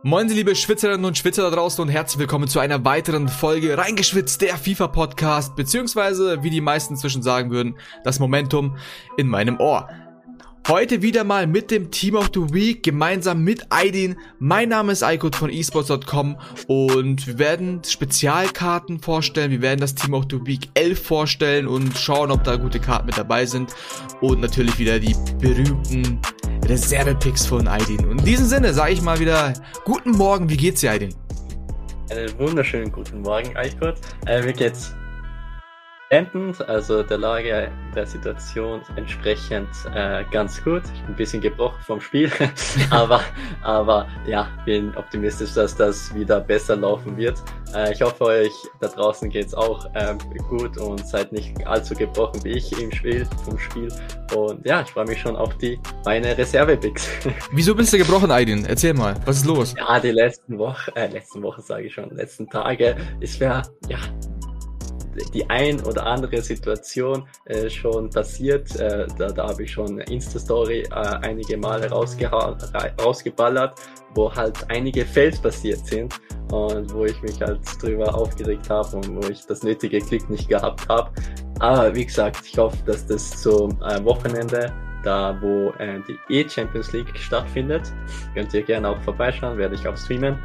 Moin, liebe Schwitzerinnen und Schwitzer da draußen und herzlich willkommen zu einer weiteren Folge Reingeschwitzt, der FIFA-Podcast, beziehungsweise, wie die meisten inzwischen sagen würden, das Momentum in meinem Ohr. Heute wieder mal mit dem Team of the Week, gemeinsam mit Aydin. Mein Name ist Aykut von esports.com und wir werden Spezialkarten vorstellen, wir werden das Team of the Week 11 vorstellen und schauen, ob da gute Karten mit dabei sind und natürlich wieder die berühmten Reserve-Picks von Aydin. Und in diesem Sinne sage ich mal wieder, guten Morgen, wie geht's dir, Aydin? Einen wunderschönen guten Morgen, Aykut. Mir geht's blendend, also der Lage der Situation entsprechend ganz gut. Ich bin ein bisschen gebrochen vom Spiel, aber ja, bin optimistisch, dass das wieder besser laufen wird. Ich hoffe, euch da draußen geht's auch gut und seid nicht allzu gebrochen wie ich vom Spiel. Und ja, ich freue mich schon auf meine Reserve-Picks. Wieso bist du gebrochen, Aydin? Erzähl mal, was ist los? Ja, die letzten Tage, es wäre, ja, die ein oder andere Situation schon passiert. Da habe ich schon Insta-Story einige Male rausgeballert, wo halt einige Fails passiert sind und wo ich mich halt drüber aufgeregt habe und wo ich das nötige Glück nicht gehabt habe. Aber wie gesagt, ich hoffe, dass das zum Wochenende, da wo die E-Champions League stattfindet, könnt ihr gerne auch vorbeischauen, werde ich auch streamen.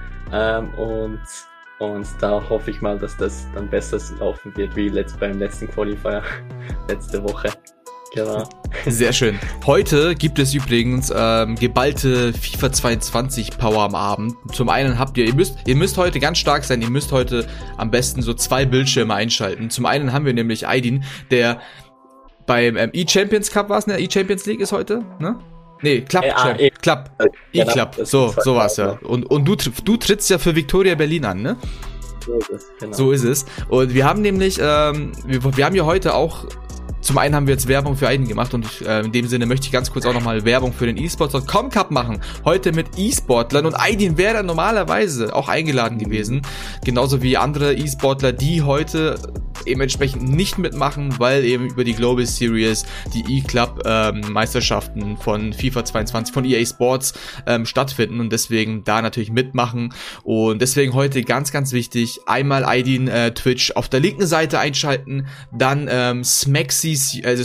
Und da hoffe ich mal, dass das dann besser laufen wird wie beim letzten Qualifier letzte Woche. Genau. Sehr schön. Heute gibt es übrigens geballte FIFA 22 Power am Abend. Zum einen ihr müsst heute ganz stark sein, ihr müsst heute am besten so 2 Bildschirme einschalten. Zum einen haben wir nämlich Aydin, der beim E-Champions Cup war es, ne? E-Champions League ist heute, ne? Nee, Club. E-Club, so war's ja. Und du trittst ja für Viktoria Berlin an, ne? So ist es, genau. So ist es. Und wir haben nämlich, wir haben ja heute auch, zum einen haben wir jetzt Werbung für Aydin gemacht und in dem Sinne möchte ich ganz kurz auch nochmal Werbung für den esports.com Cup machen. Heute mit E-Sportlern und Aydin wäre normalerweise auch eingeladen gewesen. Genauso wie andere E-Sportler, die heute eben entsprechend nicht mitmachen, weil eben über die Global Series die E-Club Meisterschaften von FIFA 22 von EA Sports stattfinden und deswegen da natürlich mitmachen und deswegen heute ganz, ganz wichtig, einmal Aydin Twitch auf der linken Seite einschalten, dann Smaxys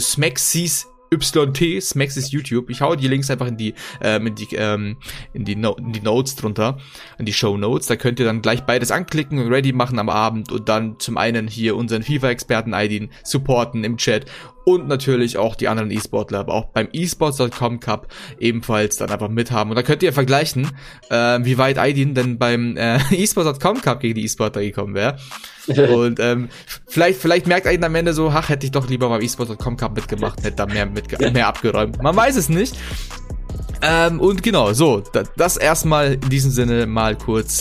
YT, Smaxys YouTube. Ich hau die Links einfach in die Notes drunter, in die Show Notes. Da könnt ihr dann gleich beides anklicken und ready machen am Abend und dann zum einen hier unseren FIFA-Experten Aydin supporten im Chat und natürlich auch die anderen E-Sportler, aber auch beim esports.com Cup ebenfalls dann einfach mithaben. Und da könnt ihr vergleichen, wie weit Aydin denn beim esports.com Cup gegen die E-Sportler gekommen wäre. Und vielleicht merkt Aydin am Ende so, hätte ich doch lieber beim esports.com Cup mitgemacht, hätte da mehr abgeräumt. Man weiß es nicht. Und genau, so, das erstmal in diesem Sinne mal kurz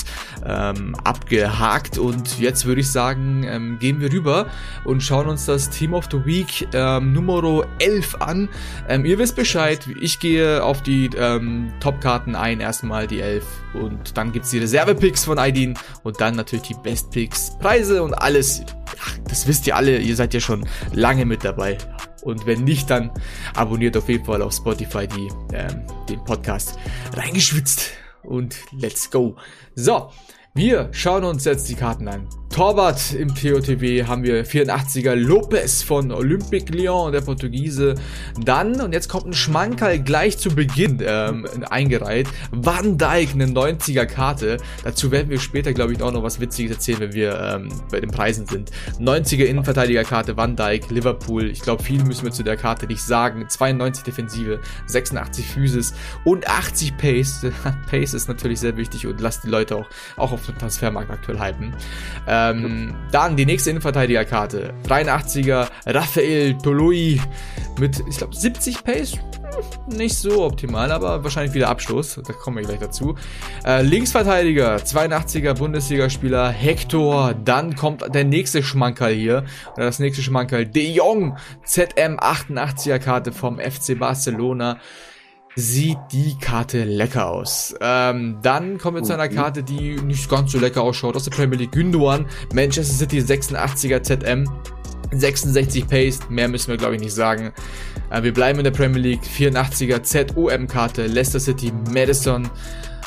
abgehakt und jetzt würde ich sagen, gehen wir rüber und schauen uns das Team of the Week Nummer 11 an. Ihr wisst Bescheid, ich gehe auf die Top-Karten ein, erstmal die 11 und dann gibt's die Reserve-Picks von Aydin und dann natürlich die Best-Picks, Preise und alles. Ach, das wisst ihr alle, ihr seid ja schon lange mit dabei. Und wenn nicht, dann abonniert auf jeden Fall auf Spotify den Podcast Reingeschwitzt und let's go. So, wir schauen uns jetzt die Karten an. Torwart im TOTW haben wir 84er Lopez von Olympique Lyon, der Portugiese. Dann, und jetzt kommt ein Schmankerl gleich zu Beginn eingereiht, Van Dijk, eine 90er Karte. Dazu werden wir später, glaube ich, auch noch was Witziges erzählen, wenn wir bei den Preisen sind. 90er Innenverteidigerkarte, Van Dijk, Liverpool. Ich glaube, viel müssen wir zu der Karte nicht sagen. 92 Defensive, 86 Physis und 80 Pace. Pace ist natürlich sehr wichtig und lasst die Leute auch auf dem Transfermarkt aktuell hypen. Dann die nächste Innenverteidigerkarte. 83er Raphael Toloi mit, ich glaube, 70 Pace. Nicht so optimal, aber wahrscheinlich wieder Abstoß. Da kommen wir gleich dazu. Linksverteidiger, 82er Bundesligaspieler Hector. Dann kommt der nächste Schmankerl hier. Oder das nächste Schmankerl. De Jong, ZM 88er Karte vom FC Barcelona. Sieht die Karte lecker aus. Dann kommen wir zu einer Karte, die nicht ganz so lecker ausschaut. Aus der Premier League, Gündoğan, Manchester City 86er ZM, 66 Pace, mehr müssen wir glaube ich nicht sagen. Wir bleiben in der Premier League, 84er ZOM-Karte, Leicester City, Maddison.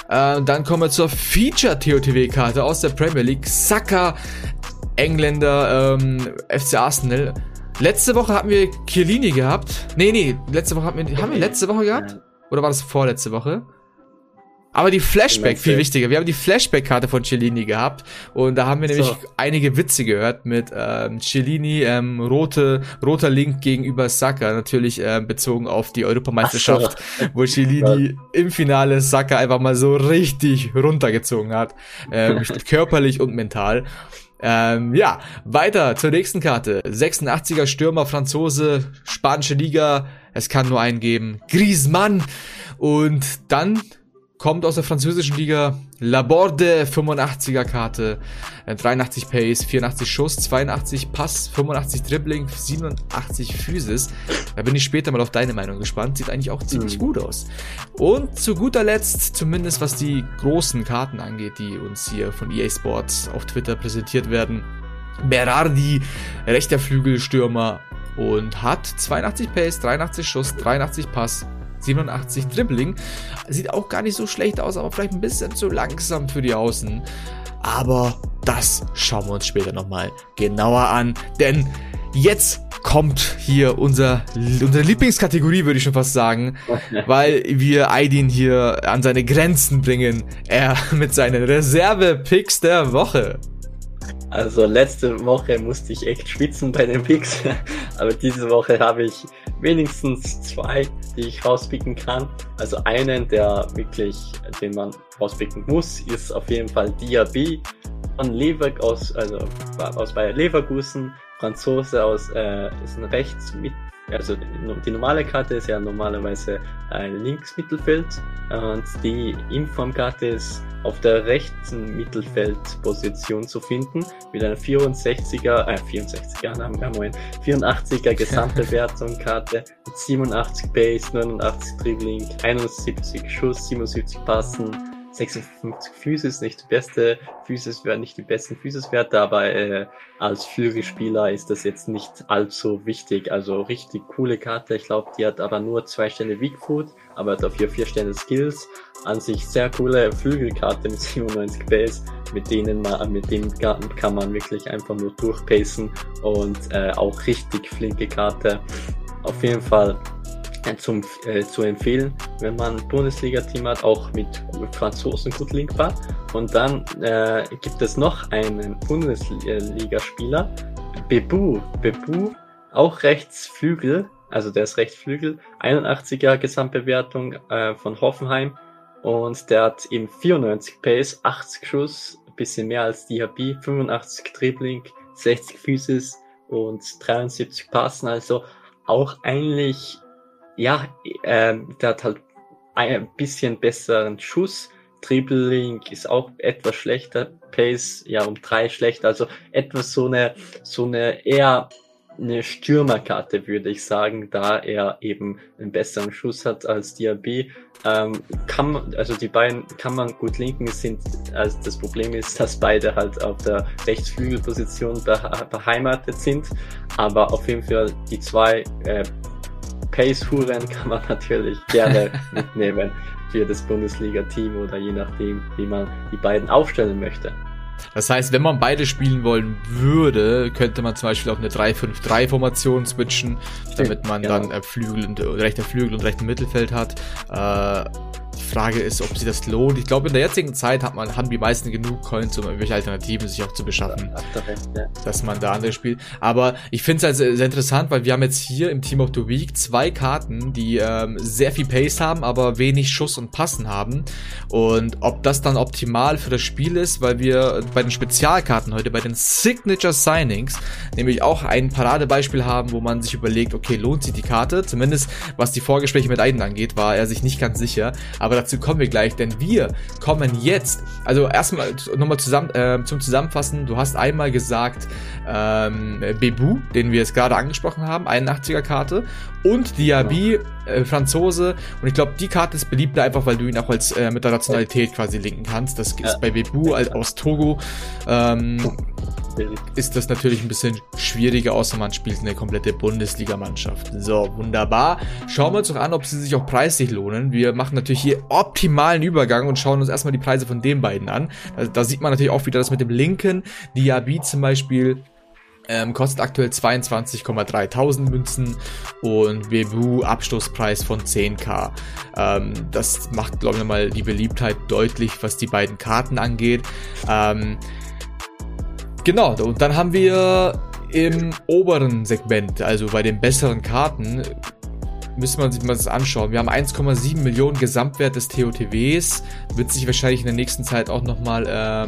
Dann kommen wir zur Feature-TOTW-Karte aus der Premier League. Saka, Engländer, FC Arsenal. Letzte Woche hatten wir Chiellini gehabt. Nee, letzte Woche haben wir letzte Woche gehabt? Oder war das vorletzte Woche? Aber die Flashback, viel wichtiger. Wir haben die Flashback-Karte von Chiellini gehabt und da haben wir nämlich einige Witze gehört mit Chiellini, roter Link gegenüber Saka, natürlich bezogen auf die Europameisterschaft, wo Chiellini im Finale Saka einfach mal so richtig runtergezogen hat, körperlich und mental. Weiter zur nächsten Karte. 86er Stürmer, Franzose, spanische Liga, es kann nur einen geben, Griezmann. Und dann kommt aus der französischen Liga Laborde, 85er Karte, 83 Pace, 84 Schuss, 82 Pass, 85 Dribbling, 87 Physis. Da bin ich später mal auf deine Meinung gespannt. Sieht eigentlich auch ziemlich gut aus. Und zu guter Letzt, zumindest was die großen Karten angeht, die uns hier von EA Sports auf Twitter präsentiert werden, Berardi, rechter Flügelstürmer und hat 82 Pace, 83 Schuss, 83 Pass, 87 Dribbling. Sieht auch gar nicht so schlecht aus, aber vielleicht ein bisschen zu langsam für die Außen. Aber das schauen wir uns später nochmal genauer an, denn jetzt kommt hier unsere Lieblingskategorie, würde ich schon fast sagen, weil wir Aydin hier an seine Grenzen bringen. Er mit seinen Reserve-Picks der Woche. Also letzte Woche musste ich echt schwitzen bei den Picks, aber diese Woche habe ich wenigstens 2, die ich rauspicken kann. Also einen, den man rauspicken muss, ist auf jeden Fall Diaby von aus Bayer Leverkusen, Franzose ist ein rechts mit, also die normale Karte ist ja normalerweise ein Linksmittelfeld und die Informkarte ist auf der rechten Mittelfeldposition zu finden mit einer 84er Gesamtbewertung Karte mit 87 Pace, 89 Dribbling, 71 Schuss, 77 Passen, 56 Physis, nicht die besten Physiswerte, aber als Flügelspieler ist das jetzt nicht allzu wichtig. Also richtig coole Karte. Ich glaube, die hat aber nur 2 Sterne Weakfoot, aber dafür 4 Sterne Skills. An sich sehr coole Flügelkarte mit 97 Pace, mit denen kann man wirklich einfach nur durchpacen und auch richtig flinke Karte. Auf jeden Fall zu empfehlen, wenn man ein Bundesliga-Team hat, auch mit Franzosen gut linkbar. Und dann gibt es noch einen Bundesligaspieler, Bebu, auch Rechtsflügel, also der ist Rechtsflügel, 81er Gesamtbewertung von Hoffenheim und der hat eben 94 Pace, 80 Schuss, ein bisschen mehr als Diaby, 85 Dribbling, 60 Physis und 73 Passen, also auch eigentlich der hat halt ein bisschen besseren Schuss. Dribbling ist auch etwas schlechter. Pace, um 3 schlechter. Also etwas so eine eher eine Stürmerkarte, würde ich sagen, da er eben einen besseren Schuss hat als Diaby. Die beiden kann man gut linken. Also das Problem ist, dass beide halt auf der Rechtsflügelposition beheimatet sind. Aber auf jeden Fall die 2 Pace-Huren kann man natürlich gerne mitnehmen für das Bundesliga-Team oder je nachdem, wie man die beiden aufstellen möchte. Das heißt, wenn man beide spielen wollen würde, könnte man zum Beispiel auf eine 3-5-3-Formation switchen, damit man dann rechter Flügel und rechten Mittelfeld hat. Die Frage ist, ob sich das lohnt. Ich glaube, in der jetzigen Zeit haben die meisten genug Coins, um irgendwelche Alternativen sich auch zu beschaffen, dass man da andere spielt. Aber ich finde es halt sehr, sehr interessant, weil wir haben jetzt hier im Team of the Week 2 Karten, die sehr viel Pace haben, aber wenig Schuss und Passen haben. Und ob das dann optimal für das Spiel ist, weil wir bei den Spezialkarten heute, bei den Signature Signings, nämlich auch ein Paradebeispiel haben, wo man sich überlegt, okay, lohnt sich die Karte? Zumindest was die Vorgespräche mit Aydin angeht, war er sich nicht ganz sicher. Aber dazu kommen wir gleich, denn wir kommen jetzt, also erstmal nochmal zum Zusammenfassen, du hast einmal gesagt, Bebu, den wir jetzt gerade angesprochen haben, 81er Karte, und Diaby, Franzose, und ich glaube, die Karte ist beliebter einfach, weil du ihn auch als mit der Nationalität quasi linken kannst. Das ist bei Bebu aus Togo. ist das natürlich ein bisschen schwieriger, außer man spielt eine komplette Bundesligamannschaft. So, wunderbar. Schauen wir uns doch an, ob sie sich auch preislich lohnen. Wir machen natürlich hier optimalen Übergang und schauen uns erstmal die Preise von den beiden an. Da sieht man natürlich auch wieder das mit dem linken. Diaby zum Beispiel kostet aktuell 22.300 Münzen und Webu Abstoßpreis von 10.000. Das macht, glaube ich, mal die Beliebtheit deutlich, was die beiden Karten angeht. Genau, und dann haben wir im oberen Segment, also bei den besseren Karten, müsste man sich mal das anschauen. Wir haben 1,7 Millionen Gesamtwert des TOTWs. Wird sich wahrscheinlich in der nächsten Zeit auch nochmal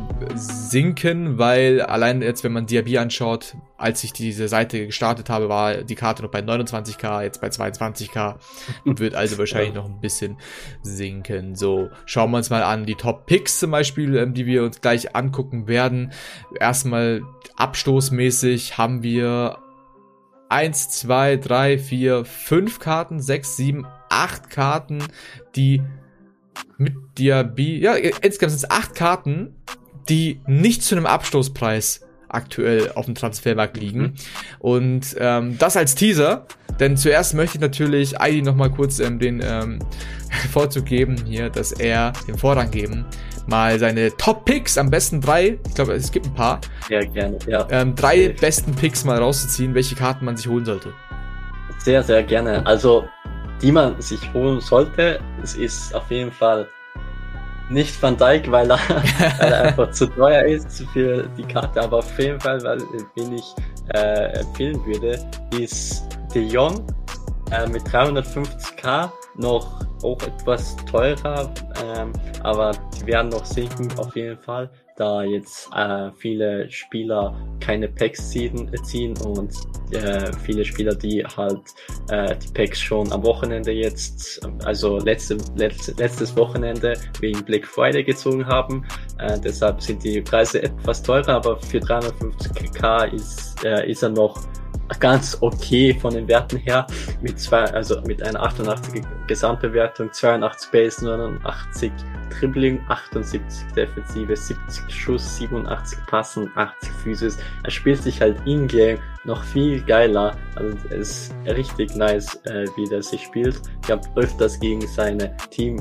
sinken, weil allein jetzt, wenn man Diaby anschaut, als ich diese Seite gestartet habe, war die Karte noch bei 29.000, jetzt bei 22.000. Wird also wahrscheinlich noch ein bisschen sinken. So, schauen wir uns mal an. Die Top-Picks zum Beispiel, die wir uns gleich angucken werden. Erstmal abstoßmäßig haben wir 1, 2, 3, 4, 5 Karten, 6, 7, 8 Karten, die mit Diaby, ja, insgesamt sind es 8 Karten, die nicht zu einem Abstoßpreis aktuell auf dem Transfermarkt liegen. Und das als Teaser, denn zuerst möchte ich natürlich Aidi nochmal kurz den Vorzug geben hier, dass er den Vorrang geben, mal seine Top-Picks, am besten 3, ich glaube, es gibt ein paar. Ja, gerne, ja. 3 besten Picks mal rauszuziehen, welche Karten man sich holen sollte. Sehr, sehr gerne. Also, die man sich holen sollte, es ist auf jeden Fall nicht Van Dijk, weil er einfach zu teuer ist für die Karte, aber auf jeden Fall, wen ich empfehlen würde, ist De Jong mit 350.000, noch auch etwas teurer, aber die werden noch sinken auf jeden Fall, da jetzt viele Spieler keine Packs ziehen und viele Spieler, die halt die Packs schon am Wochenende jetzt, also letztes Wochenende wegen Black Friday gezogen haben. Deshalb sind die Preise etwas teurer, aber für 350.000 ist er noch ganz okay von den Werten her, mit einer 88 Gesamtbewertung, 82 Base, 89 Dribbling, 78 Defensive, 70 Schuss, 87 Passen, 80 Physis. Er spielt sich halt in-game noch viel geiler, also es ist richtig nice, wie der sich spielt. Ich habe öfters gegen seine Team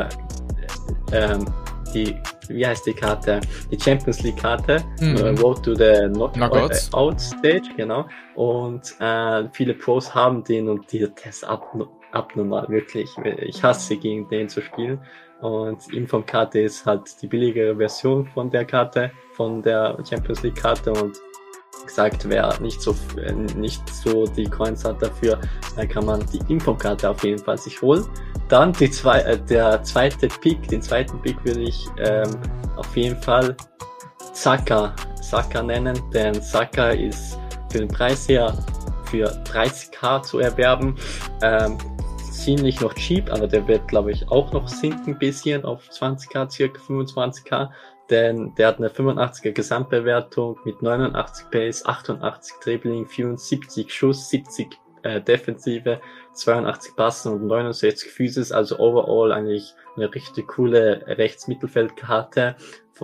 wie heißt die Karte? Die Champions League Karte, Road to the Knockout Stage, genau. Und viele Pros haben den und der ist abnormal, wirklich. Ich hasse gegen den zu spielen. Und Inform-Karte ist halt die billigere Version von der Karte, von der Champions League Karte, und gesagt, wer nicht so die Coins hat dafür, kann man die Inform-Karte auf jeden Fall sich holen. Dann den zweiten Pick würde ich auf jeden Fall Saka nennen, denn Saka ist für den Preis her für 30.000 zu erwerben. Ziemlich noch cheap, aber der wird, glaube ich, auch noch sinken ein bisschen auf 20.000, circa 25.000. Denn der hat eine 85er Gesamtbewertung mit 89 Pace, 88 Dribbling, 74 Schuss, 70 Defensive, 82 Passen und 69 Physis, also overall eigentlich eine richtig coole Rechtsmittelfeldkarte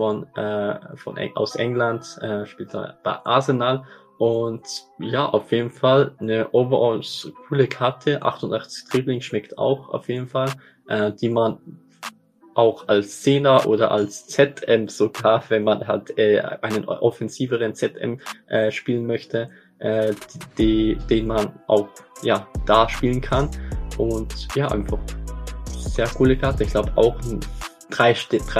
aus England, spielt bei Arsenal. Und ja, auf jeden Fall eine overall coole Karte. 88 Dribbling schmeckt auch auf jeden Fall, die man auch als Zehner oder als ZM sogar, wenn man halt einen offensiveren ZM spielen möchte, den man auch da spielen kann. Und ja, einfach sehr coole Karte. Ich glaube auch 3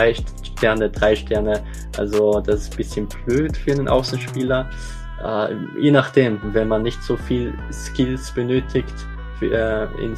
Sterne, also das ist ein bisschen blöd für einen Außenspieler. Je nachdem, wenn man nicht so viel Skills benötigt in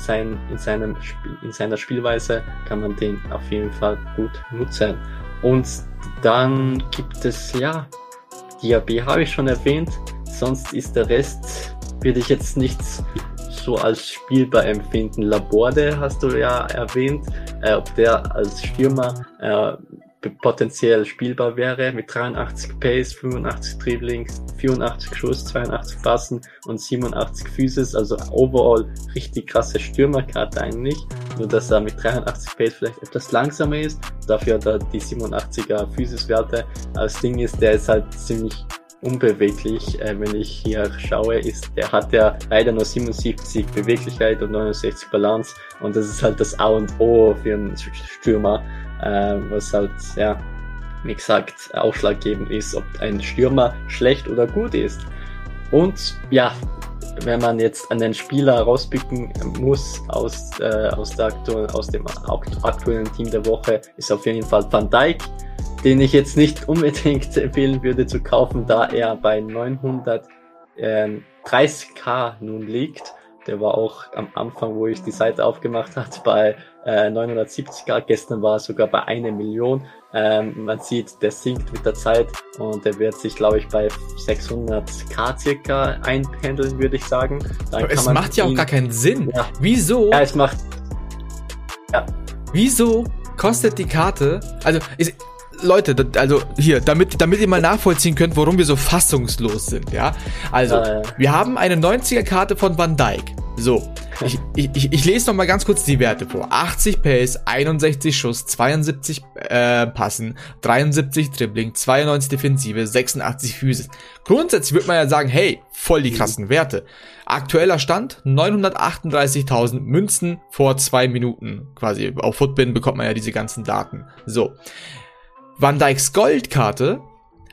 seiner Spielweise, kann man den auf jeden Fall gut nutzen. Und dann gibt es Diaby habe ich schon erwähnt, sonst ist der Rest, würde ich jetzt nicht so als spielbar empfinden. Laborde hast du ja erwähnt, ob der als Stürmer potenziell spielbar wäre, mit 83 Pace, 85 Dribbling, 84 Schuss, 82 Passen und 87 Physis, also overall richtig krasse Stürmerkarte eigentlich, nur dass er mit 83 Pace vielleicht etwas langsamer ist, dafür hat er die 87er Physis-Werte. Das Ding ist, der ist halt ziemlich unbeweglich. Wenn ich hier schaue, der hat ja leider nur 77 Beweglichkeit und 69 Balance, und das ist halt das A und O für einen Stürmer, was halt, ja, wie gesagt, ausschlaggebend ist, ob ein Stürmer schlecht oder gut ist. Und ja, wenn man jetzt einen Spieler rauspicken muss aus dem aktuellen Team der Woche, ist auf jeden Fall Van Dijk, den ich jetzt nicht unbedingt empfehlen würde zu kaufen, da er bei 930k nun liegt. Der war auch am Anfang, wo ich die Seite aufgemacht habe, bei 970k. Gestern war er sogar bei 1 Million. Man sieht, der sinkt mit der Zeit und der wird sich, glaube ich, bei 600k circa einpendeln, würde ich sagen. Dann es macht ja auch gar keinen Sinn. Ja. Wieso? Ja, es macht... Ja. Wieso kostet die Karte... Leute, also hier, damit ihr mal nachvollziehen könnt, warum wir so fassungslos sind, ja. Also, wir haben eine 90er-Karte von Van Dijk. So, ich lese noch mal ganz kurz die Werte vor. 80 Pace, 61 Schuss, 72 Passen, 73 Dribbling, 92 Defensive, 86 Physis. Grundsätzlich würde man ja sagen, hey, voll die krassen Werte. Aktueller Stand, 938.000 Münzen vor 2 Minuten. Quasi auf Footbin bekommt man ja diese ganzen Daten. So. Van Dijks Goldkarte,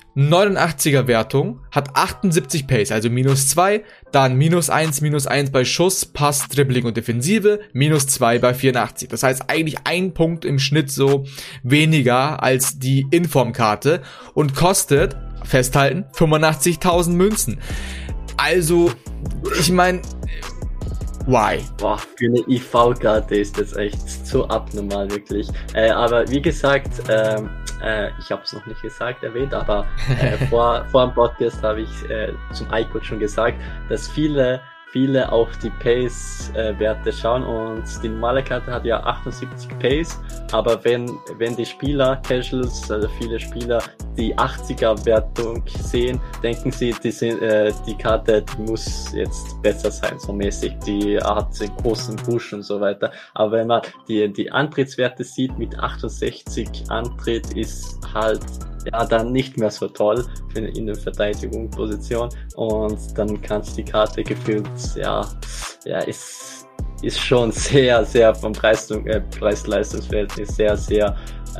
89er Wertung, hat 78 Pace, also -2, dann -1 bei Schuss, Pass, Dribbling und Defensive, -2 bei 84. Das heißt eigentlich 1 Punkt im Schnitt so weniger als die Inform-Karte und kostet, festhalten, 85.000 Münzen. Also, ich meine... Why? Boah, für eine IV-Karte ist das echt so abnormal, wirklich. Aber wie gesagt, ich habe es noch nicht erwähnt, aber vor dem Podcast habe ich zum iCode schon gesagt, dass viele auf die Pace-Werte schauen, und die normale Karte hat ja 78 Pace, aber wenn die Spieler, Casuals, also viele Spieler, die 80er-Wertung sehen, denken sie, die Karte muss jetzt besser sein, so mäßig, die hat einen großen Push und so weiter. Aber wenn man die Antrittswerte sieht, mit 68 Antritt ist halt ja dann nicht mehr so toll für eine Innenverteidigungsposition, und dann kannst die Karte gefühlt, ist schon sehr, sehr vom Preis-Leistungsverhältnis sehr,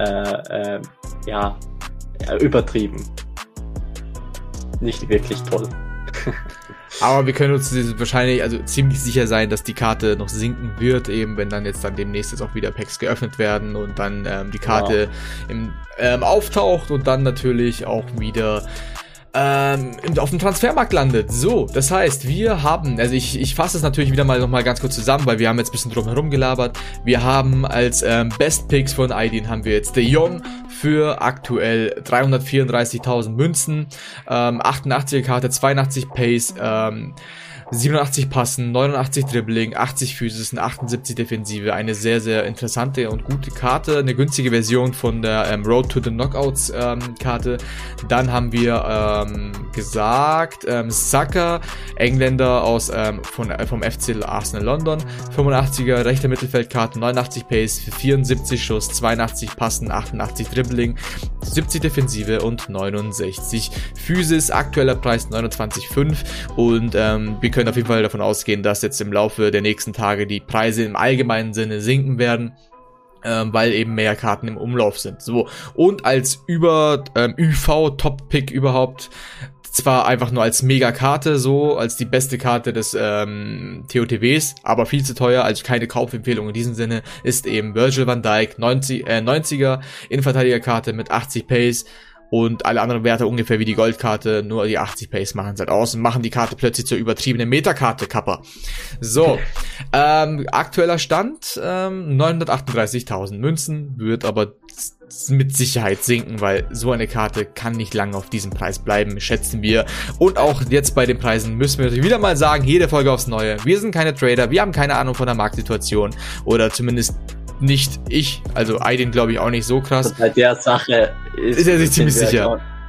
übertrieben. Nicht wirklich toll. Aber wir können uns wahrscheinlich, also ziemlich sicher sein, dass die Karte noch sinken wird, eben wenn dann demnächst jetzt auch wieder Packs geöffnet werden und dann die Karte auftaucht und dann natürlich auch wieder auf dem Transfermarkt landet. So, das heißt, wir haben, also ich fasse es natürlich wieder noch mal ganz kurz zusammen, weil wir haben jetzt ein bisschen drum herum gelabert. Wir haben als Best Picks von Aydin haben wir jetzt De Jong für aktuell 334.000 Münzen, 88er Karte, 82 Pace, 87 Passen, 89 Dribbling, 80 Physis und 78 Defensive. Eine sehr, sehr interessante und gute Karte. Eine günstige Version von der Road to the Knockouts Karte. Dann haben wir gesagt, Saka, Engländer vom FC Arsenal London. 85er rechte Mittelfeldkarte, 89 Pace, 74 Schuss, 82 Passen, 88 Dribbling, 70 Defensive und 69 Physis. Aktueller Preis 29,5 und wir können auf jeden Fall davon ausgehen, dass jetzt im Laufe der nächsten Tage die Preise im allgemeinen Sinne sinken werden, weil eben mehr Karten im Umlauf sind. So, und als ÜV-Top-Pick überhaupt, zwar einfach nur als Mega-Karte, so als die beste Karte des TOTWs, aber viel zu teuer, also keine Kaufempfehlung in diesem Sinne, ist eben Virgil van Dijk, 90er Innenverteidigerkarte mit 80 Pace. Und alle anderen Werte ungefähr wie die Goldkarte, nur die 80 Pace machen es halt aus und machen die Karte plötzlich zur übertriebenen Metakarte Kappa. So, aktueller Stand, 938.000 Münzen, wird aber mit Sicherheit sinken, weil so eine Karte kann nicht lange auf diesem Preis bleiben, schätzen wir. Und auch jetzt bei den Preisen müssen wir natürlich wieder mal sagen, jede Folge aufs Neue, wir sind keine Trader, wir haben keine Ahnung von der Marktsituation oder zumindest nicht ich, also Aydin glaube ich auch nicht so krass. Bei der Sache ist er sich ziemlich sicher.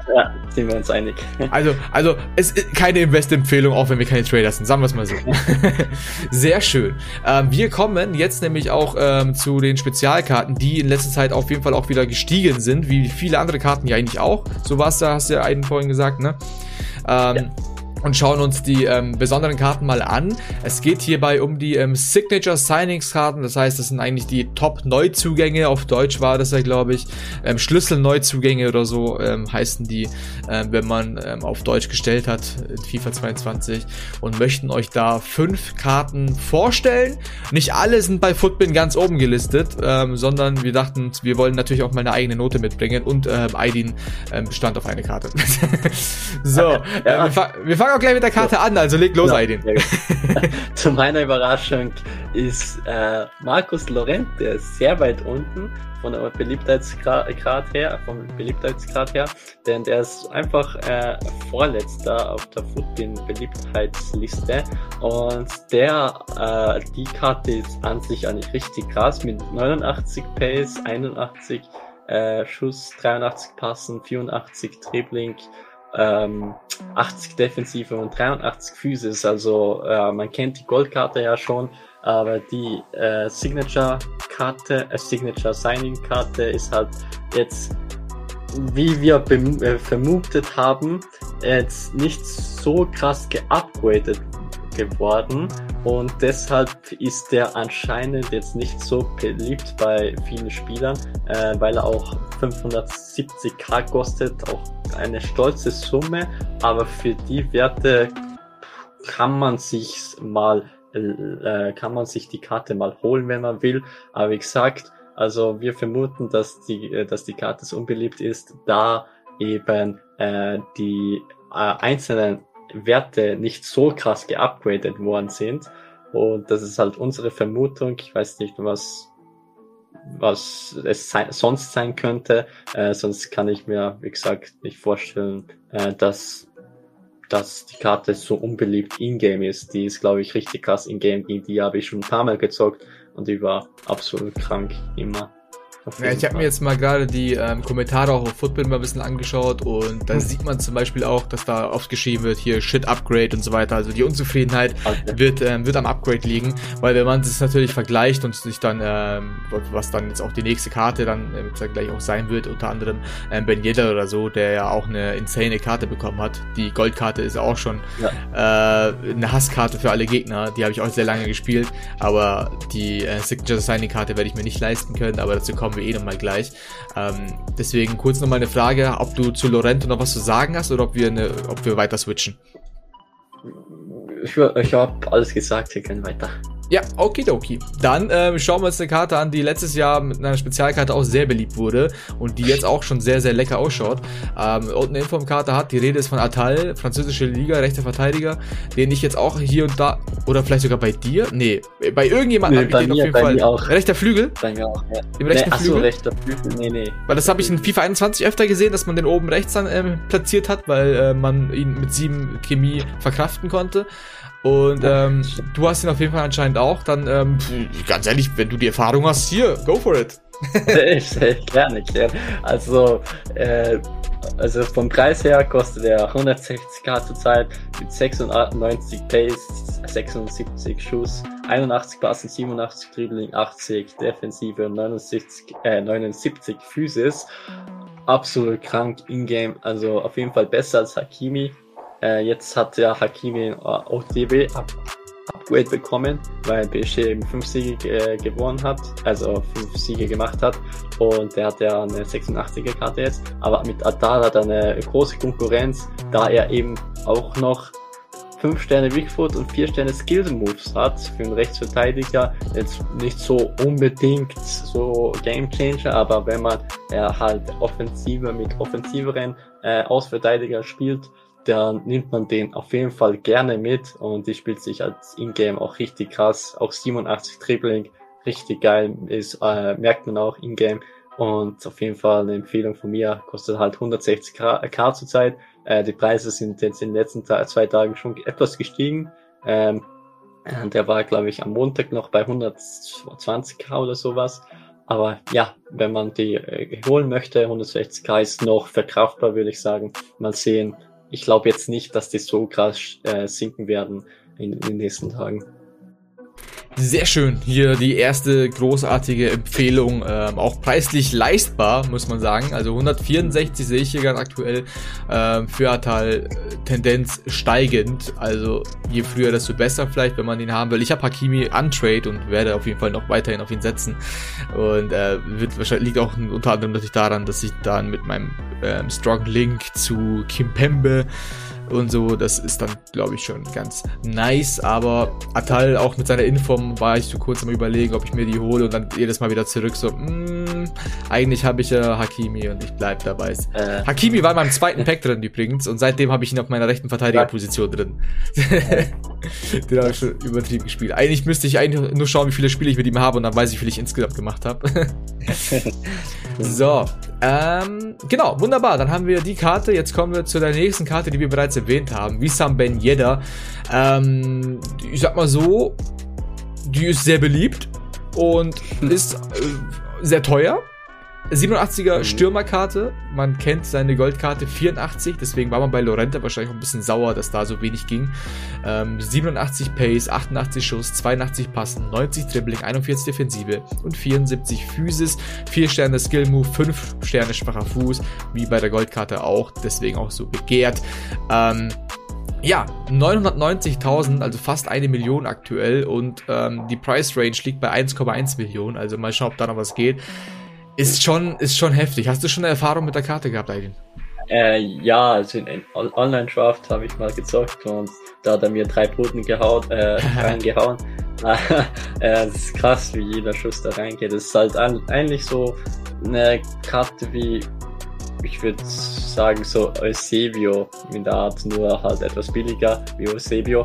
Ja, sind wir uns einig. Also es ist keine Invest-Empfehlung, auch wenn wir keine Trader sind, sagen wir es mal so. Sehr schön. Wir kommen jetzt nämlich auch zu den Spezialkarten, die in letzter Zeit auf jeden Fall auch wieder gestiegen sind, wie viele andere Karten ja eigentlich auch. So war es da, hast du ja einen vorhin gesagt, ne? Ja. Und schauen uns die besonderen Karten mal an. Es geht hierbei um die Signature Signings Karten, das heißt, das sind eigentlich die Top-Neuzugänge, auf Deutsch war das ja, glaube ich, Schlüssel-Neuzugänge oder so heißen die, wenn man auf Deutsch gestellt hat in FIFA 22 und möchten euch da 5 Karten vorstellen. Nicht alle sind bei Futbin ganz oben gelistet, sondern wir dachten, wir wollen natürlich auch mal eine eigene Note mitbringen und Aydin bestand auf eine Karte. So, ja. Wir fangen auch gleich mit der Karte an, also leg los, Aydin. Zu meiner Überraschung ist Marcos Llorente sehr weit unten vom Beliebtheitsgrad her, denn der ist einfach Vorletzter auf der Futbin-Beliebtheitsliste und die Karte ist an sich eigentlich richtig krass mit 89 Pace, 81 Schuss, 83 Passen, 84 Dribbling, 80 Defensive und 83 Physis, also man kennt die Goldkarte ja schon, aber die Signature Signing Karte ist halt jetzt, wie wir vermutet haben, jetzt nicht so krass geupgradet geworden und deshalb ist der anscheinend jetzt nicht so beliebt bei vielen Spielern, weil er auch 570k kostet, auch eine stolze Summe, aber für die Werte kann man sich die Karte mal holen, wenn man will, aber wie gesagt, also wir vermuten, dass die Karte so unbeliebt ist, da eben die einzelnen Werte nicht so krass geupgradet worden sind und das ist halt unsere Vermutung. Ich weiß nicht, was es sonst sein könnte, sonst kann ich mir, wie gesagt, nicht vorstellen, dass die Karte so unbeliebt in-game ist. Die ist, glaube ich, richtig krass in-game, die habe ich schon ein paar Mal gezockt und die war absolut krank immer. Ja, ich habe mir jetzt mal gerade die Kommentare auch auf Futbin mal ein bisschen angeschaut und da sieht man zum Beispiel auch, dass da oft geschrieben wird, hier Shit Upgrade und so weiter, also die Unzufriedenheit wird am Upgrade liegen, weil wenn man das natürlich vergleicht und sich dann, was dann jetzt auch die nächste Karte dann gleich auch sein wird, unter anderem Ben Yedder oder so, der ja auch eine insane Karte bekommen hat, die Goldkarte ist auch schon eine Hasskarte für alle Gegner, die habe ich auch sehr lange gespielt, aber die Signature Signing Karte werde ich mir nicht leisten können, aber dazu kommen wir nochmal gleich. Deswegen kurz nochmal eine Frage, ob du zu Llorente noch was zu sagen hast oder ob wir weiter switchen. Ich habe alles gesagt, wir können weiter. Ja, okidoki. Dann schauen wir uns eine Karte an, die letztes Jahr mit einer Spezialkarte auch sehr beliebt wurde und die jetzt auch schon sehr, sehr lecker ausschaut. Und eine Informkarte hat, die Rede ist von Atal, französische Liga, rechter Verteidiger, den ich jetzt auch hier und da, oder vielleicht sogar bei dir? Nee, bei irgendjemandem habe ich den auf jeden Fall. Auch. Rechter Flügel? Bei mir auch, ja. Im rechten Flügel? Rechter Flügel, nee. Weil das habe ich in FIFA 21 öfter gesehen, dass man den oben rechts dann platziert hat, weil man ihn mit 7 Chemie verkraften konnte. Und du hast ihn auf jeden Fall anscheinend auch. Dann, ganz ehrlich, wenn du die Erfahrung hast, hier, go for it. Gerne. Also vom Preis her kostet er 160k zurzeit mit 96 Pace, 76 Schuss, 81 Passen, 87 Dribbling, 80 Defensive und 79 Physis. Absolut krank in-game, also auf jeden Fall besser als Hakimi. Jetzt hat ja Hakimi OTB Upgrade bekommen, weil PSG eben 5 Siege gewonnen hat, also 5 Siege gemacht hat und der hat ja eine 86er Karte jetzt, aber mit Atal hat er eine große Konkurrenz, da er eben auch noch 5 Sterne Bigfoot und 4 Sterne Skill Moves hat für einen Rechtsverteidiger, jetzt nicht so unbedingt so Game Changer, aber wenn man halt mit offensiveren Außenverteidiger spielt, dann nimmt man den auf jeden Fall gerne mit und die spielt sich als In-Game auch richtig krass. Auch 87 Dribbling, richtig geil, merkt man auch In-Game und auf jeden Fall eine Empfehlung von mir, kostet halt 160k zurzeit. Die Preise sind jetzt in den letzten 2 Tagen schon etwas gestiegen. Der war, glaube ich, am Montag noch bei 120k oder sowas. Aber ja, wenn man die holen möchte, 160k ist noch verkraftbar, würde ich sagen. Mal sehen. Ich glaube jetzt nicht, dass die so krass sinken werden in den nächsten Tagen. Sehr schön, hier die erste großartige Empfehlung, auch preislich leistbar, muss man sagen. Also 164 sehe ich hier ganz aktuell, für Atal Tendenz steigend. Also je früher, desto besser vielleicht, wenn man ihn haben will. Ich habe Hakimi untrade und werde auf jeden Fall noch weiterhin auf ihn setzen. Und wird wahrscheinlich, liegt auch unter anderem natürlich daran, dass ich dann mit meinem Strong Link zu Kimpembe und so, das ist dann, glaube ich, schon ganz nice, aber Atal auch mit seiner Inform war ich so kurz am Überlegen, ob ich mir die hole und dann jedes Mal wieder zurück, so, eigentlich habe ich ja Hakimi und ich bleib dabei. Hakimi war in meinem zweiten Pack drin übrigens und seitdem habe ich ihn auf meiner rechten Verteidigerposition drin. Den habe ich schon übertrieben gespielt. Eigentlich müsste ich nur schauen, wie viele Spiele ich mit ihm habe und dann weiß ich, wie viel ich insgesamt gemacht habe. So, genau, wunderbar, dann haben wir die Karte, jetzt kommen wir zu der nächsten Karte, die wir bereits erwähnt haben, Wissam Ben Yedder. Ich sag mal so, die ist sehr beliebt und ist sehr teuer. 87er Stürmerkarte, man kennt seine Goldkarte 84, deswegen war man bei Llorente wahrscheinlich auch ein bisschen sauer, dass da so wenig ging. 87 Pace, 88 Schuss, 82 Passen, 90 Dribbling, 41 Defensive und 74 Physis, 4 Sterne Skill Move, 5 Sterne schwacher Fuß, wie bei der Goldkarte auch, deswegen auch so begehrt. Ja, 990.000, also fast 1 Million aktuell und die Price Range liegt bei 1,1 Millionen, also mal schauen, ob da noch was geht. Ist schon heftig. Hast du schon eine Erfahrung mit der Karte gehabt, Aydin? Ja, also in Online-Draft habe ich mal gezockt und da hat er mir 3 Pfoten reingehauen. Das ist krass, wie jeder Schuss da reingeht. Das ist halt eigentlich so eine Karte wie, ich würde sagen, so Eusebio in der Art, nur halt etwas billiger wie Eusebio.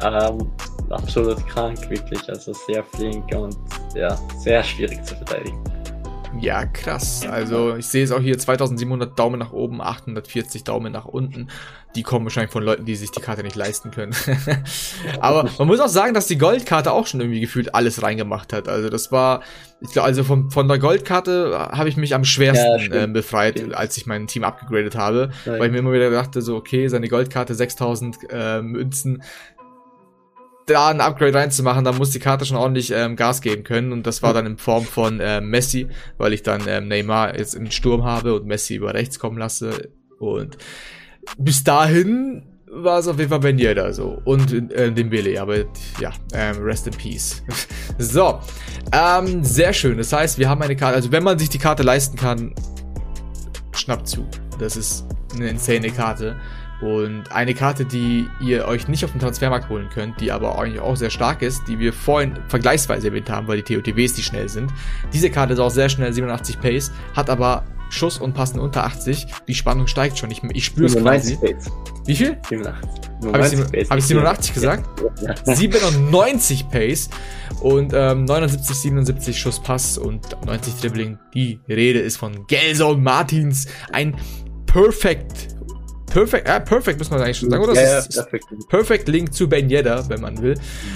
Absolut krank, wirklich. Also sehr flink und ja, sehr schwierig zu verteidigen. Ja, krass. Also ich sehe es auch hier, 2700 Daumen nach oben, 840 Daumen nach unten. Die kommen wahrscheinlich von Leuten, die sich die Karte nicht leisten können. Aber man muss auch sagen, dass die Goldkarte auch schon irgendwie gefühlt alles reingemacht hat. Also das war, ich glaube, also von der Goldkarte habe ich mich am schwersten befreit, als ich mein Team abgegradet habe. Nein. Weil ich mir immer wieder dachte, so okay, seine Goldkarte 6000 Münzen, da ein Upgrade reinzumachen, da muss die Karte schon ordentlich Gas geben können und das war dann in Form von Messi, weil ich dann Neymar jetzt im Sturm habe und Messi über rechts kommen lasse und bis dahin war es auf jeden Fall Ben Yedder so und Dembele, aber ja, rest in peace. So, sehr schön, das heißt, wir haben eine Karte, also wenn man sich die Karte leisten kann, schnappt zu, das ist eine insane Karte. Und eine Karte, die ihr euch nicht auf dem Transfermarkt holen könnt, die aber eigentlich auch sehr stark ist, die wir vorhin vergleichsweise erwähnt haben, weil die TOTWs, die schnell sind. Diese Karte ist auch sehr schnell, 87 Pace, hat aber Schuss und Passen unter 80. Die Spannung steigt schon, ich spüre es quasi. Pace. Wie viel? 87. Habe ich 87 gesagt? Ja. 97 Pace und 79, 77 Schuss Pass und 90 Dribbling. Die Rede ist von Gelson Martins. Ein Perfect muss man eigentlich schon sagen, oder? Das ist Perfect Link zu Ben Yedder, wenn man will.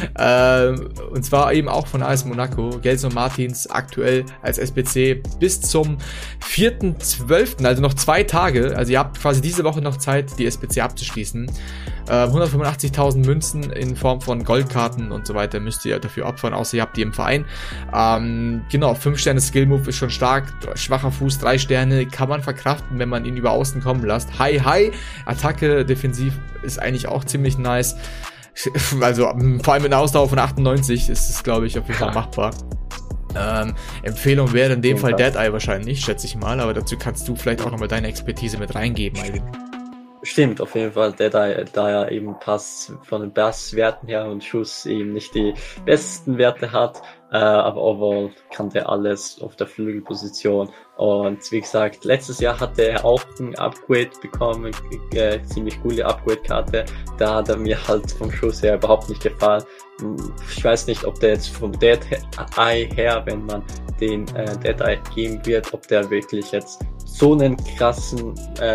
Und zwar eben auch von AS Monaco. Gelson Martins aktuell als SBC bis zum 4.12., also noch 2 Tage. Also ihr habt quasi diese Woche noch Zeit, die SBC abzuschließen. 185.000 Münzen in Form von Goldkarten und so weiter müsst ihr dafür opfern, außer ihr habt die im Verein. Genau, 5 Sterne Skill Move ist schon stark, schwacher Fuß, 3 Sterne, kann man verkraften, wenn man ihn über außen kommen lässt. Hi, Attacke, defensiv ist eigentlich auch ziemlich nice. Also vor allem mit einer Ausdauer von 98 ist es, glaube ich, auf jeden Fall machbar. Empfehlung wäre in dem Fall Deadeye wahrscheinlich, schätze ich mal, aber dazu kannst du vielleicht auch nochmal deine Expertise mit reingeben, Aydin. Stimmt, auf jeden Fall, da er eben Pass von den Passwerten her und Schuss eben nicht die besten Werte hat, aber overall kann der alles auf der Flügelposition. Und wie gesagt, letztes Jahr hatte er auch ein Upgrade bekommen, ziemlich coole Upgrade-Karte. Da hat er mir halt vom Schuss her überhaupt nicht gefallen. Ich weiß nicht, ob der jetzt vom Dead-Eye her, wenn man den Dead-Eye geben wird, ob der wirklich jetzt so einen krassen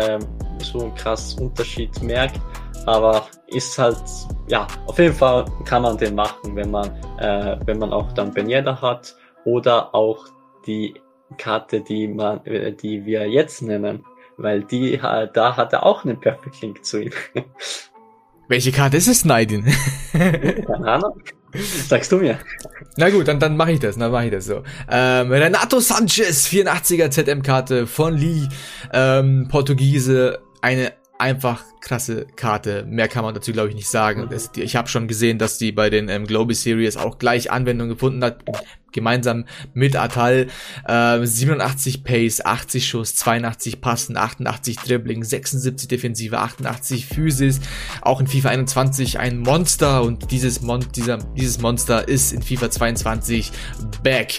Unterschied merkt, aber ist halt, ja, auf jeden Fall kann man den machen, wenn man auch dann Ben Yedder hat oder auch die Karte, die wir jetzt nennen, weil da hat er auch einen Perfect Link zu ihm. Welche Karte ist es, Naidin? Keine Ahnung. Sagst du mir. Na gut, dann mache ich das so. Renato Sanchez, 84er ZM-Karte von Lee, Portugiese, eine einfach krasse Karte. Mehr kann man dazu, glaube ich, nicht sagen. Ich habe schon gesehen, dass die bei den Global Series auch gleich Anwendung gefunden hat, gemeinsam mit Atal. 87 Pace, 80 Schuss, 82 Passen, 88 Dribbling, 76 Defensive, 88 Physis. Auch in FIFA 21 ein Monster und dieses Monster ist in FIFA 22 back.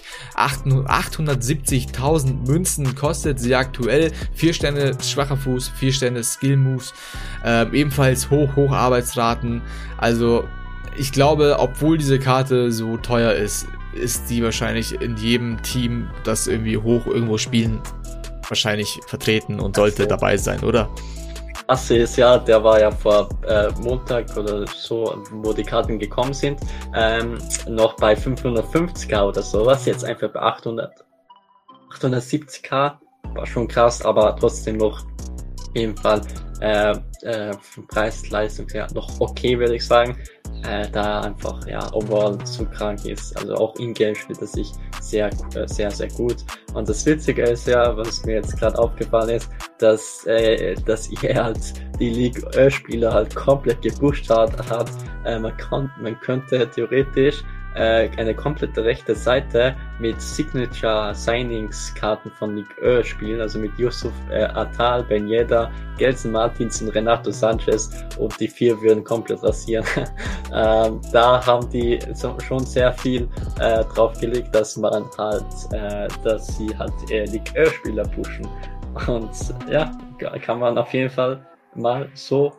870.000 Münzen kostet sie aktuell. 4 Sterne schwacher Fuß, 4 Sterne Skill Moves. Ebenfalls hoch Arbeitsraten. Also ich glaube, obwohl diese Karte so teuer ist die wahrscheinlich in jedem Team, das irgendwie hoch irgendwo spielen, wahrscheinlich vertreten und sollte dabei sein, oder? Assis, ja, der war ja vor Montag oder so, wo die Karten gekommen sind, noch bei 550k oder sowas, jetzt einfach bei 870k, war schon krass, aber trotzdem noch auf jeden Fall vom Preis-Leistung her noch okay, würde ich sagen, da einfach overall zu krank ist. Also auch in-game spielt er sich sehr, sehr gut. Und das Witzige ist ja, was mir jetzt gerade aufgefallen ist, dass er halt die League-Spieler halt komplett gepusht hat. Man könnte theoretisch eine komplette rechte Seite mit Signature-Signings-Karten von Ligue spielen, also mit Yusuf Atal, Ben Yedder, Gelson Martins und Renato Sanchez, und die 4 würden komplett rasieren. Da haben die schon sehr viel drauf gelegt, dass sie halt Ligue-Spieler pushen. Und ja, kann man auf jeden Fall mal so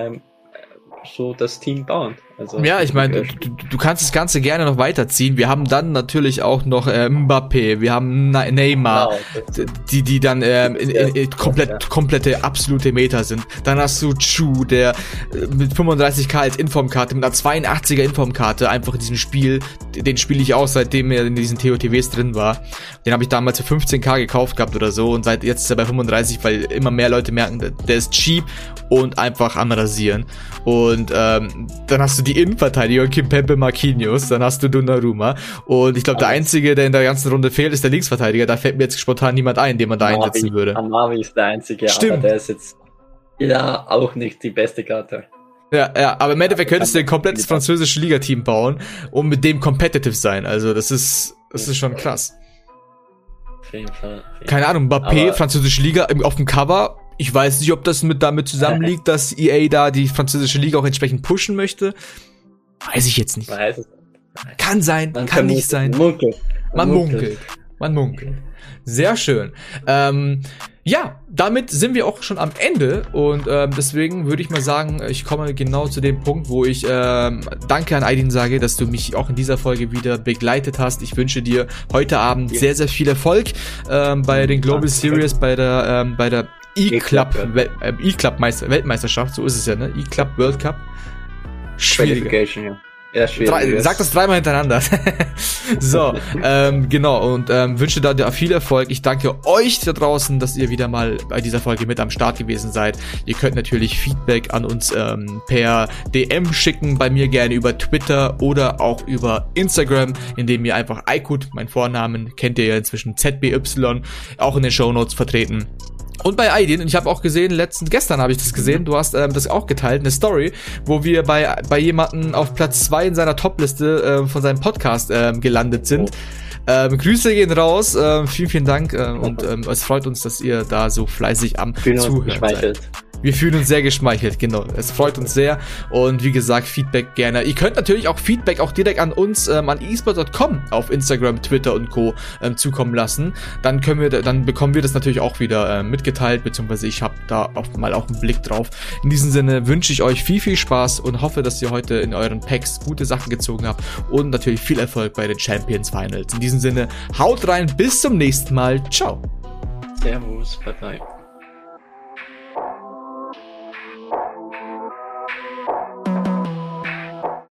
das Team bauen. Also, ja, ich meine, du kannst das Ganze gerne noch weiterziehen. Wir haben dann natürlich auch noch Mbappé, wir haben Neymar, die dann komplette absolute Meta sind. Dann hast du Chu, der mit 35k als Informkarte, mit einer 82er Informkarte einfach in diesem Spiel, den spiele ich auch, seitdem er in diesen TOTWs drin war. Den habe ich damals für 15k gekauft gehabt oder so, und seit jetzt ist er bei 35, weil immer mehr Leute merken, der ist cheap und einfach am Rasieren. Und dann hast du die Innenverteidiger, Kimpembe, Marquinhos, dann hast du Donnarumma, und ich glaube, der einzige, der in der ganzen Runde fehlt, ist der Linksverteidiger. Da fällt mir jetzt spontan niemand ein, den man da einsetzen würde. Amavi ist der einzige, stimmt. Aber der ist jetzt auch nicht die beste Karte. Ja, aber im Endeffekt könntest du ein komplettes französisches Ligateam bauen und mit dem competitive sein. Also das ist schon krass. Auf jeden Fall. Keine Ahnung, Mbappé, französische Liga auf dem Cover. Ich weiß nicht, ob das damit zusammenliegt, dass EA da die französische Liga auch entsprechend pushen möchte. Weiß ich jetzt nicht. Kann sein, kann nicht sein. Man munkelt. Sehr schön. Ja, damit sind wir auch schon am Ende, und deswegen würde ich mal sagen, ich komme genau zu dem Punkt, wo ich danke an Aydin sage, dass du mich auch in dieser Folge wieder begleitet hast. Ich wünsche dir heute Abend sehr, sehr viel Erfolg bei den Global Series, bei der E-Club Weltmeisterschaft, so ist es ja, ne? E-Club World Cup. Schwieriger. Ja, schwierig. Sag das 3-mal hintereinander. So, genau, und wünsche da viel Erfolg. Ich danke euch da draußen, dass ihr wieder mal bei dieser Folge mit am Start gewesen seid. Ihr könnt natürlich Feedback an uns per DM schicken, bei mir gerne über Twitter oder auch über Instagram, indem ihr einfach Aykut, mein Vornamen, kennt ihr ja inzwischen, ZBY, auch in den Shownotes vertreten. Und bei Aydin, und ich habe auch gesehen, gestern habe ich das gesehen, du hast das auch geteilt, eine Story, wo wir bei jemanden auf Platz 2 in seiner Topliste von seinem Podcast gelandet sind. Grüße gehen raus, vielen Dank, und es freut uns, dass ihr da so fleißig am Zuhören seid. Wir fühlen uns sehr geschmeichelt, genau. Es freut uns sehr. Und wie gesagt, Feedback gerne. Ihr könnt natürlich auch Feedback auch direkt an uns, an esport.com auf Instagram, Twitter und Co. Zukommen lassen. Dann bekommen wir das natürlich auch wieder mitgeteilt, beziehungsweise ich habe da auch einen Blick drauf. In diesem Sinne wünsche ich euch viel Spaß und hoffe, dass ihr heute in euren Packs gute Sachen gezogen habt und natürlich viel Erfolg bei den Champions Finals. In diesem Sinne, haut rein, bis zum nächsten Mal. Ciao. Servus, bye bye.